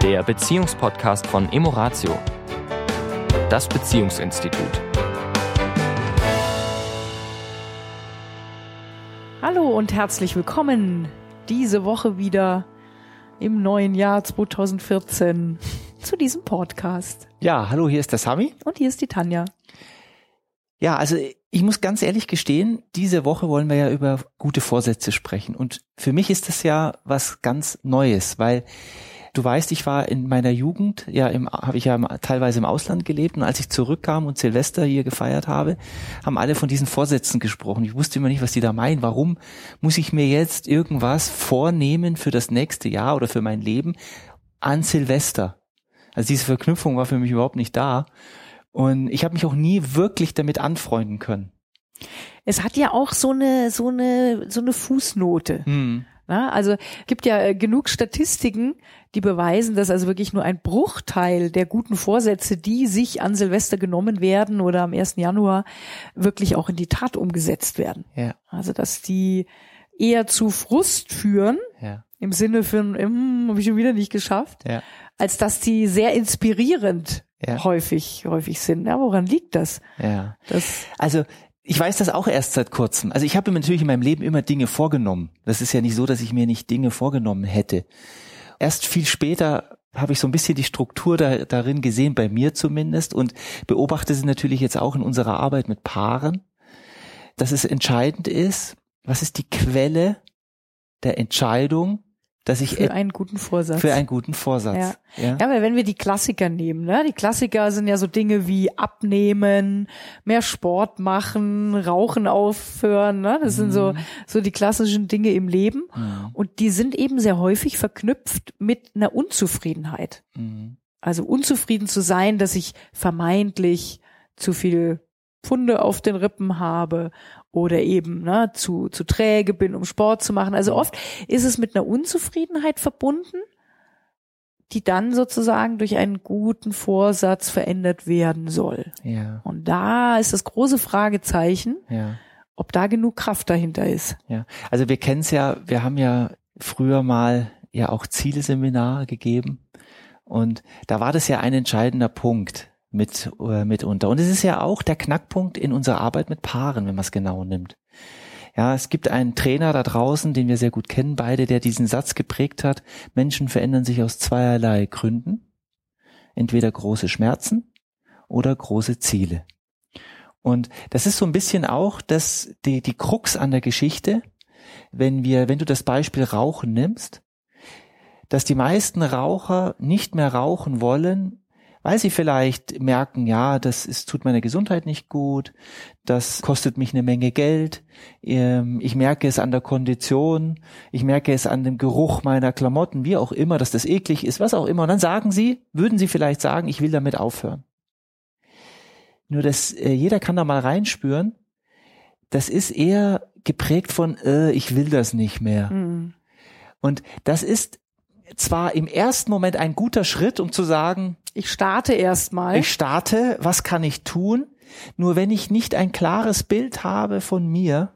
der Beziehungspodcast von Emoratio, das Beziehungsinstitut. Hallo und herzlich willkommen diese Woche wieder im neuen Jahr 2014 zu diesem Podcast. Ja, hallo, hier ist der Sami. Und hier ist die Tanja. Ja, also ich muss ganz ehrlich gestehen, diese Woche wollen wir ja über gute Vorsätze sprechen. Und für mich ist das ja was ganz Neues, weil du weißt, ich war in meiner Jugend, habe ich ja teilweise im Ausland gelebt, und als ich zurückkam und Silvester hier gefeiert habe, haben alle von diesen Vorsätzen gesprochen. Ich wusste immer nicht, was die da meinen. Warum muss ich mir jetzt irgendwas vornehmen für das nächste Jahr oder für mein Leben an Silvester? Also diese Verknüpfung war für mich überhaupt nicht da. Und ich habe mich auch nie wirklich damit anfreunden können. Es hat ja auch so eine Fußnote. Na, also gibt ja genug Statistiken, die beweisen, dass also wirklich nur ein Bruchteil der guten Vorsätze, die sich an Silvester genommen werden oder am 1. Januar, wirklich auch in die Tat umgesetzt werden. Ja. Also dass die eher zu Frust führen, im Sinne von, habe ich schon wieder nicht geschafft, als dass die sehr inspirierend häufig sind. Ja, woran liegt das? Ja. Also ich weiß das auch erst seit kurzem. Also ich habe mir natürlich in meinem Leben immer Dinge vorgenommen. Das ist ja nicht so, dass ich mir nicht Dinge vorgenommen hätte. Erst viel später habe ich so ein bisschen die Struktur darin gesehen, bei mir zumindest, und beobachte sie natürlich jetzt auch in unserer Arbeit mit Paaren, dass es entscheidend ist, was ist die Quelle der Entscheidung, dass ich für einen guten Vorsatz. Ja, weil wenn wir die Klassiker nehmen, ne, die Klassiker sind ja so Dinge wie abnehmen, mehr Sport machen, Rauchen aufhören, ne, das sind so die klassischen Dinge im Leben, und die sind eben sehr häufig verknüpft mit einer Unzufriedenheit. Also unzufrieden zu sein, dass ich vermeintlich zu viel Pfunde auf den Rippen habe oder eben zu träge bin, um Sport zu machen. Also oft ist es mit einer Unzufriedenheit verbunden, die dann sozusagen durch einen guten Vorsatz verändert werden soll. Ja. Und da ist das große Fragezeichen, ob da genug Kraft dahinter ist. Ja, also wir kennen es ja, wir haben ja früher mal ja auch Zielseminare gegeben, und da war das ja ein entscheidender Punkt mitunter. Und es ist ja auch der Knackpunkt in unserer Arbeit mit Paaren, wenn man es genau nimmt. Ja, es gibt einen Trainer da draußen, den wir sehr gut kennen, beide, der diesen Satz geprägt hat: Menschen verändern sich aus zweierlei Gründen. Entweder große Schmerzen oder große Ziele. Und das ist so ein bisschen auch die Krux an der Geschichte, wenn du das Beispiel Rauchen nimmst, dass die meisten Raucher nicht mehr rauchen wollen, weil sie vielleicht merken, tut meiner Gesundheit nicht gut, das kostet mich eine Menge Geld, ich merke es an der Kondition, ich merke es an dem Geruch meiner Klamotten, wie auch immer, dass das eklig ist, was auch immer. Und dann würden sie vielleicht sagen, ich will damit aufhören. Nur jeder kann da mal reinspüren, das ist eher geprägt von, ich will das nicht mehr. Und das ist zwar im ersten Moment ein guter Schritt, um zu sagen, ich starte, was kann ich tun? Nur wenn ich nicht ein klares Bild habe von mir,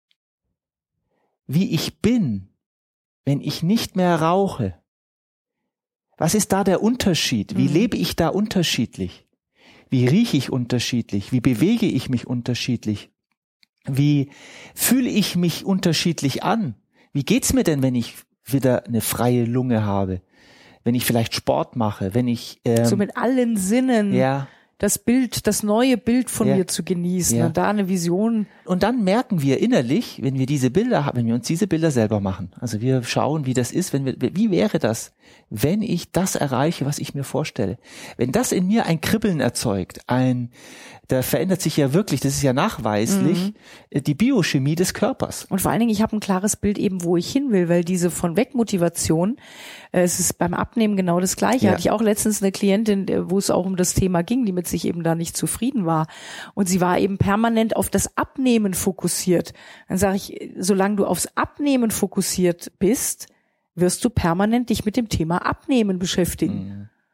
wie ich bin, wenn ich nicht mehr rauche, was ist da der Unterschied? Wie lebe ich da unterschiedlich? Wie rieche ich unterschiedlich? Wie bewege ich mich unterschiedlich? Wie fühle ich mich unterschiedlich an? Wie geht's mir denn, wenn ich wieder eine freie Lunge habe, wenn ich vielleicht Sport mache, wenn ich so mit allen Sinnen das neue Bild von mir zu genießen und da eine Vision. Und dann merken wir innerlich, wenn wir uns diese Bilder selber machen, also wir schauen, wie das ist, wie wäre das, wenn ich das erreiche, was ich mir vorstelle. Wenn das in mir ein Kribbeln erzeugt, da verändert sich ja wirklich, das ist ja nachweislich, die Biochemie des Körpers. Und vor allen Dingen, ich habe ein klares Bild eben, wo ich hin will, weil diese Von-Weg-Motivation, es ist beim Abnehmen genau das Gleiche. Hatte ich auch letztens eine Klientin, wo es auch um das Thema ging, die mit sich eben da nicht zufrieden war. Und sie war eben permanent auf das Abnehmen fokussiert. Dann sage ich, solange du aufs Abnehmen fokussiert bist, wirst du permanent dich mit dem Thema Abnehmen beschäftigen.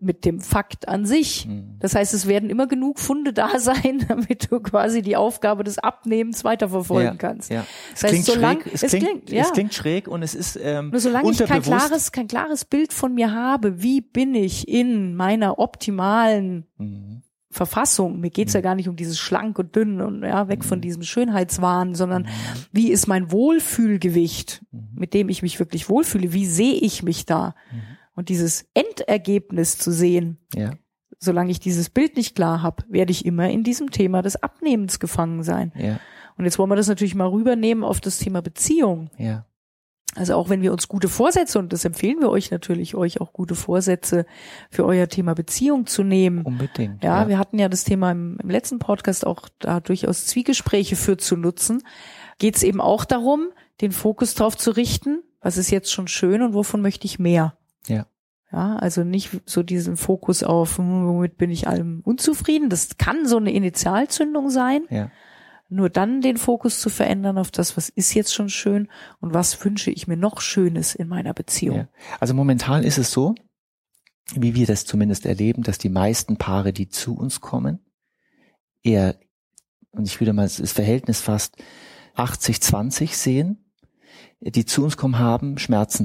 mit dem Fakt an sich. Das heißt, es werden immer genug Funde da sein, damit du quasi die Aufgabe des Abnehmens weiterverfolgen kannst. Ja. Das heißt, Es klingt schräg und es ist nur solange ich kein klares Bild von mir habe, wie bin ich in meiner optimalen Verfassung. Mir geht's ja gar nicht um dieses schlank und dünn und weg von diesem Schönheitswahn, sondern wie ist mein Wohlfühlgewicht, mit dem ich mich wirklich wohlfühle? Wie sehe ich mich da? Und dieses Endergebnis zu sehen, solange ich dieses Bild nicht klar habe, werde ich immer in diesem Thema des Abnehmens gefangen sein. Ja. Und jetzt wollen wir das natürlich mal rübernehmen auf das Thema Beziehung. Ja. Also auch wenn wir uns gute Vorsätze, und das empfehlen wir euch natürlich, euch auch gute Vorsätze für euer Thema Beziehung zu nehmen. Unbedingt. Ja, wir hatten ja das Thema im letzten Podcast auch da durchaus Zwiegespräche für zu nutzen. Geht es eben auch darum, den Fokus drauf zu richten, was ist jetzt schon schön und wovon möchte ich mehr. Ja. Ja, also nicht so diesen Fokus auf, womit bin ich allem unzufrieden. Das kann so eine Initialzündung sein. Ja. Nur dann den Fokus zu verändern auf das, was ist jetzt schon schön und was wünsche ich mir noch Schönes in meiner Beziehung. Ja. Also momentan ist es so, wie wir das zumindest erleben, dass die meisten Paare, die zu uns kommen, eher, und ich würde mal das Verhältnis fast 80-20 sehen, die zu uns kommen, haben Schmerzen.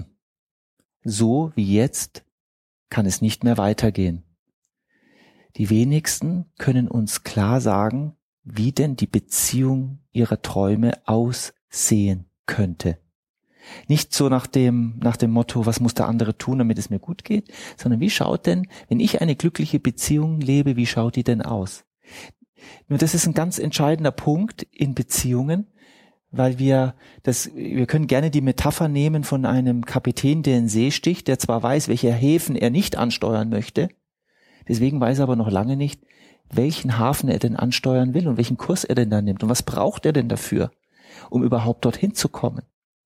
So wie jetzt kann es nicht mehr weitergehen. Die wenigsten können uns klar sagen, wie denn die Beziehung ihrer Träume aussehen könnte. Nicht so nach dem Motto, was muss der andere tun, damit es mir gut geht, sondern wie schaut denn, wenn ich eine glückliche Beziehung lebe, wie schaut die denn aus? Nur das ist ein ganz entscheidender Punkt in Beziehungen, weil wir können gerne die Metapher nehmen von einem Kapitän, der in den See sticht, der zwar weiß, welche Häfen er nicht ansteuern möchte, deswegen weiß er aber noch lange nicht, welchen Hafen er denn ansteuern will und welchen Kurs er denn da nimmt und was braucht er denn dafür, um überhaupt dorthin zu kommen.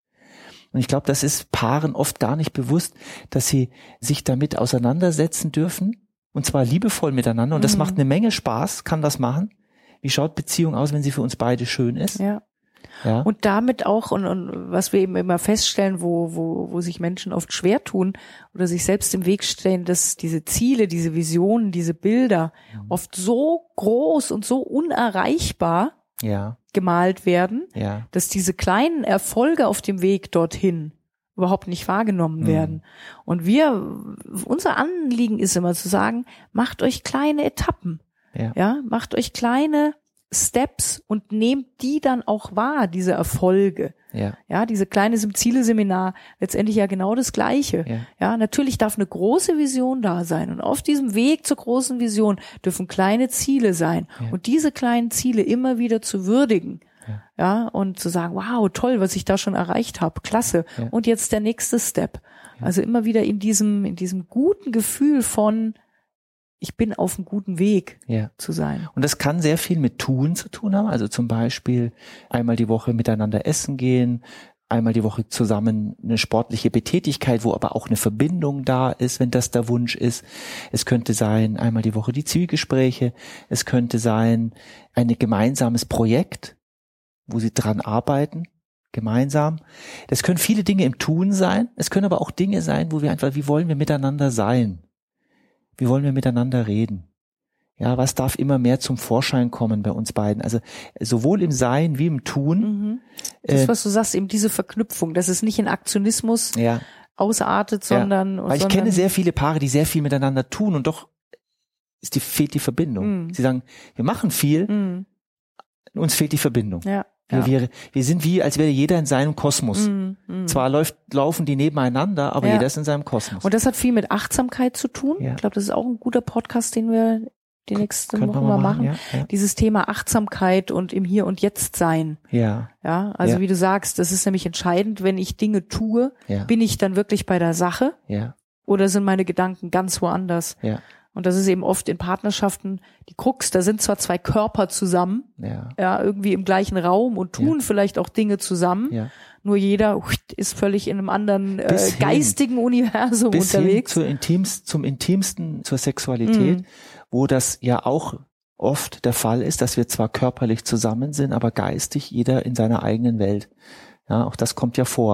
Und ich glaube, das ist Paaren oft gar nicht bewusst, dass sie sich damit auseinandersetzen dürfen, und zwar liebevoll miteinander, und das macht eine Menge Spaß, kann das machen. Wie schaut Beziehung aus, wenn sie für uns beide schön ist? Ja. Ja. Und damit auch, und was wir eben immer feststellen, wo sich Menschen oft schwer tun oder sich selbst im Weg stellen, dass diese Ziele, diese Visionen, diese Bilder oft so groß und so unerreichbar gemalt werden, dass diese kleinen Erfolge auf dem Weg dorthin überhaupt nicht wahrgenommen werden. Und unser Anliegen ist immer zu sagen, macht euch kleine Etappen. Ja, macht euch kleine Steps und nehmt die dann auch wahr, diese Erfolge. Ja, diese kleine Ziele-Seminar, letztendlich ja genau das Gleiche. Ja, natürlich darf eine große Vision da sein und auf diesem Weg zur großen Vision dürfen kleine Ziele sein und diese kleinen Ziele immer wieder zu würdigen. Ja, und zu sagen, wow, toll, was ich da schon erreicht habe, klasse. Und jetzt der nächste Step. Also immer wieder in diesem guten Gefühl von, ich bin auf einem guten Weg zu sein. Und das kann sehr viel mit Tun zu tun haben. Also zum Beispiel einmal die Woche miteinander essen gehen, einmal die Woche zusammen eine sportliche Betätigkeit, wo aber auch eine Verbindung da ist, wenn das der Wunsch ist. Es könnte sein, einmal die Woche die Zwiegespräche. Es könnte sein, ein gemeinsames Projekt, wo sie dran arbeiten, gemeinsam. Das können viele Dinge im Tun sein. Es können aber auch Dinge sein, wo wir einfach, wie wollen wir miteinander sein? Wie wollen wir miteinander reden? Ja, was darf immer mehr zum Vorschein kommen bei uns beiden? Also sowohl im Sein wie im Tun. Das, was du sagst, eben diese Verknüpfung, dass es nicht in Aktionismus ausartet, sondern... Weil ich kenne sehr viele Paare, die sehr viel miteinander tun und doch fehlt die Verbindung. Sie sagen, wir machen viel, uns fehlt die Verbindung. Wir sind wie, als wäre jeder in seinem Kosmos. Zwar laufen die nebeneinander, aber jeder ist in seinem Kosmos. Und das hat viel mit Achtsamkeit zu tun. Ich glaube, das ist auch ein guter Podcast, den wir die nächsten Wochen mal machen. Dieses Thema Achtsamkeit und im Hier und Jetzt sein. Also wie du sagst, das ist nämlich entscheidend, wenn ich Dinge tue, bin ich dann wirklich bei der Sache? Oder sind meine Gedanken ganz woanders? Und das ist eben oft in Partnerschaften die Krux. Da sind zwar zwei Körper zusammen, irgendwie im gleichen Raum und tun vielleicht auch Dinge zusammen. Nur jeder ist völlig in einem anderen geistigen Universum unterwegs. Zum Intimsten, zur Sexualität, wo das ja auch oft der Fall ist, dass wir zwar körperlich zusammen sind, aber geistig jeder in seiner eigenen Welt. Ja, auch das kommt ja vor.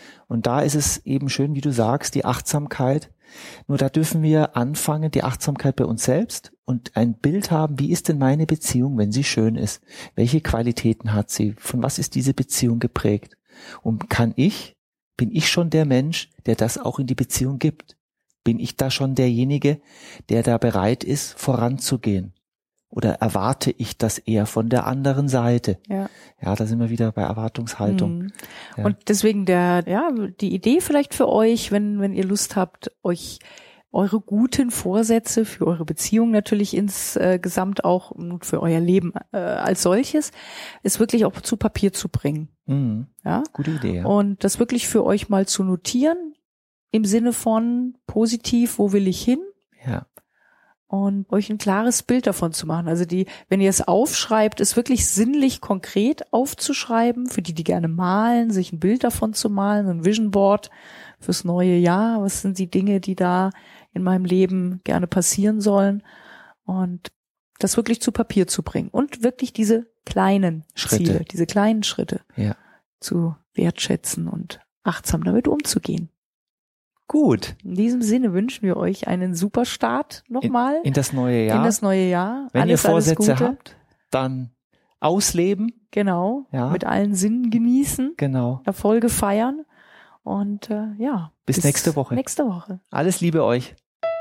Und da ist es eben schön, wie du sagst, die Achtsamkeit. Nur da dürfen wir anfangen, die Achtsamkeit bei uns selbst und ein Bild haben, wie ist denn meine Beziehung, wenn sie schön ist? Welche Qualitäten hat sie? Von was ist diese Beziehung geprägt? Und bin ich schon der Mensch, der das auch in die Beziehung gibt? Bin ich da schon derjenige, der da bereit ist, voranzugehen? Oder erwarte ich das eher von der anderen Seite? Ja, da sind wir wieder bei Erwartungshaltung. Ja. Und deswegen die Idee vielleicht für euch, wenn ihr Lust habt, euch eure guten Vorsätze für eure Beziehung natürlich insgesamt auch für euer Leben als solches, ist wirklich auch zu Papier zu bringen. Ja? Gute Idee. Ja. Und das wirklich für euch mal zu notieren, im Sinne von positiv, wo will ich hin? Ja. Und euch ein klares Bild davon zu machen. Also wenn ihr es aufschreibt, ist wirklich sinnlich konkret aufzuschreiben, für die gerne malen, sich ein Bild davon zu malen, ein Vision Board fürs neue Jahr. Was sind die Dinge, die da in meinem Leben gerne passieren sollen? Und das wirklich zu Papier zu bringen. Und wirklich diese kleinen Ziele, diese kleinen Schritte zu wertschätzen und achtsam damit umzugehen. Gut. In diesem Sinne wünschen wir euch einen super Start nochmal. In das neue Jahr. In das neue Jahr. Wenn ihr Vorsätze habt, dann ausleben. Genau. Ja. Mit allen Sinnen genießen. Genau. Erfolge feiern. Und bis nächste Woche. Nächste Woche. Alles Liebe euch.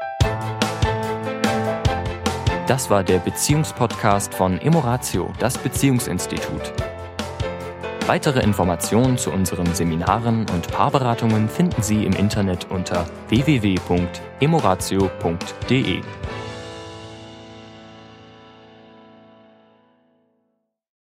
Das war der Beziehungspodcast von Emoratio, das Beziehungsinstitut. Weitere Informationen zu unseren Seminaren und Paarberatungen finden Sie im Internet unter www.emoratio.de.